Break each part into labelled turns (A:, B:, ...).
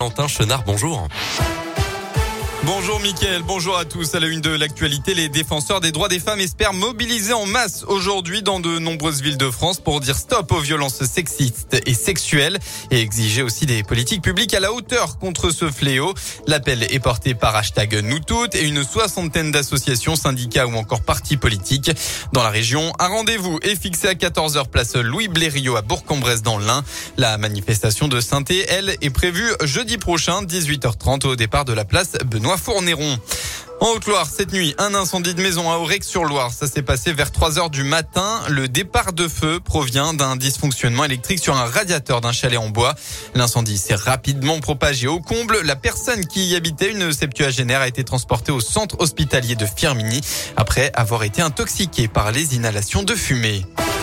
A: Valentin Chenard, bonjour.
B: Bonjour Mickaël, bonjour à tous. À la une de l'actualité, les défenseurs des droits des femmes espèrent mobiliser en masse aujourd'hui dans de nombreuses villes de France pour dire stop aux violences sexistes et sexuelles et exiger aussi des politiques publiques à la hauteur contre ce fléau. L'appel est porté par #NousToutes et une soixantaine d'associations, syndicats ou encore partis politiques. Dans la région, un rendez-vous est fixé à 14h place Louis Blériot à Bourg-en-Bresse dans l'Ain. La manifestation de Saint-Thé, elle, est prévue jeudi prochain, 18h30 au départ de la place Benoît Fournéron. En Haute-Loire, cette nuit, un incendie de maison à Aurec-sur-Loire. Ça s'est passé vers 3h du matin. Le départ de feu provient d'un dysfonctionnement électrique sur un radiateur d'un chalet en bois. L'incendie s'est rapidement propagé au comble. La personne qui y habitait, une septuagénaire, a été transportée au centre hospitalier de Firminy après avoir été intoxiquée par les inhalations de fumée.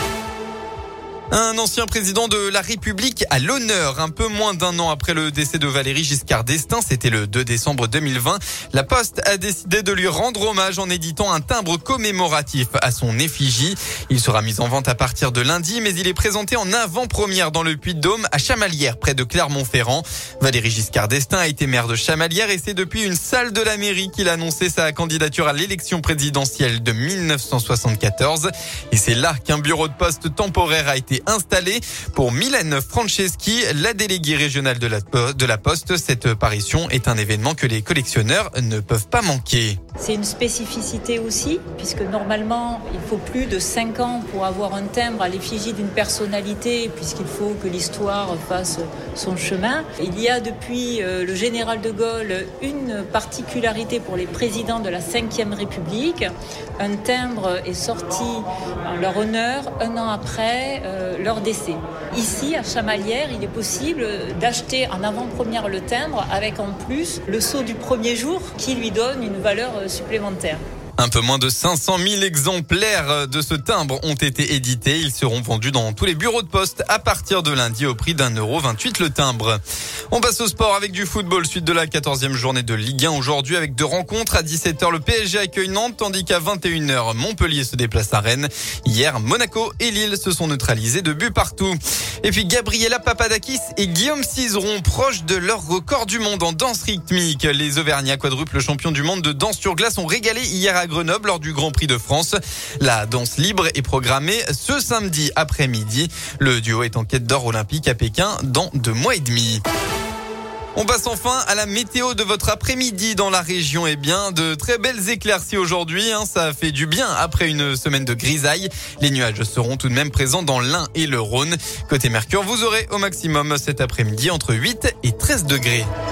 B: Un ancien président de la République à l'honneur. Un peu moins d'un an après le décès de Valéry Giscard d'Estaing, c'était le 2 décembre 2020, la Poste a décidé de lui rendre hommage en éditant un timbre commémoratif à son effigie. Il sera mis en vente à partir de lundi, mais il est présenté en avant-première dans le Puy-de-Dôme à Chamalières, près de Clermont-Ferrand. Valéry Giscard d'Estaing a été maire de Chamalières et c'est depuis une salle de la mairie qu'il a annoncé sa candidature à l'élection présidentielle de 1974. Et c'est là qu'un bureau de poste temporaire a été installé pour Mylène Franceschi, la déléguée régionale de la Poste. Cette parution est un événement que les collectionneurs ne peuvent pas manquer.
C: C'est une spécificité aussi, puisque normalement, il faut plus de 5 ans pour avoir un timbre à l'effigie d'une personnalité, puisqu'il faut que l'histoire fasse son chemin. Il y a depuis le général de Gaulle une particularité pour les présidents de la Ve République. Un timbre est sorti en leur honneur un an après leur décès. Ici, à Chamalières, il est possible d'acheter en avant-première le timbre avec en plus le sceau du premier jour qui lui donne une valeur supplémentaire.
B: Un peu moins de 500 000 exemplaires de ce timbre ont été édités. Ils seront vendus dans tous les bureaux de poste à partir de lundi au prix d'1,28 € le timbre. On passe au sport avec du football. Suite de la 14e journée de Ligue 1 aujourd'hui avec 2 rencontres. À 17h, le PSG accueille Nantes, tandis qu'à 21h, Montpellier se déplace à Rennes. Hier, Monaco et Lille se sont neutralisés de buts partout. Et puis Gabriela Papadakis et Guillaume Cizeron proches de leur record du monde en danse rythmique. Les Auvergnats quadruples champions du monde de danse sur glace ont régalé hier à Grenoble lors du Grand Prix de France. La danse libre est programmée ce samedi après-midi. Le duo est en quête d'or olympique à Pékin dans 2 mois et demi. On passe enfin à la météo de votre après-midi dans la région. Eh bien, de très belles éclaircies aujourd'hui. Ça fait du bien après une semaine de grisaille. Les nuages seront tout de même présents dans l'Ain et le Rhône. Côté Mercure, vous aurez au maximum cet après-midi entre 8 et 13 degrés.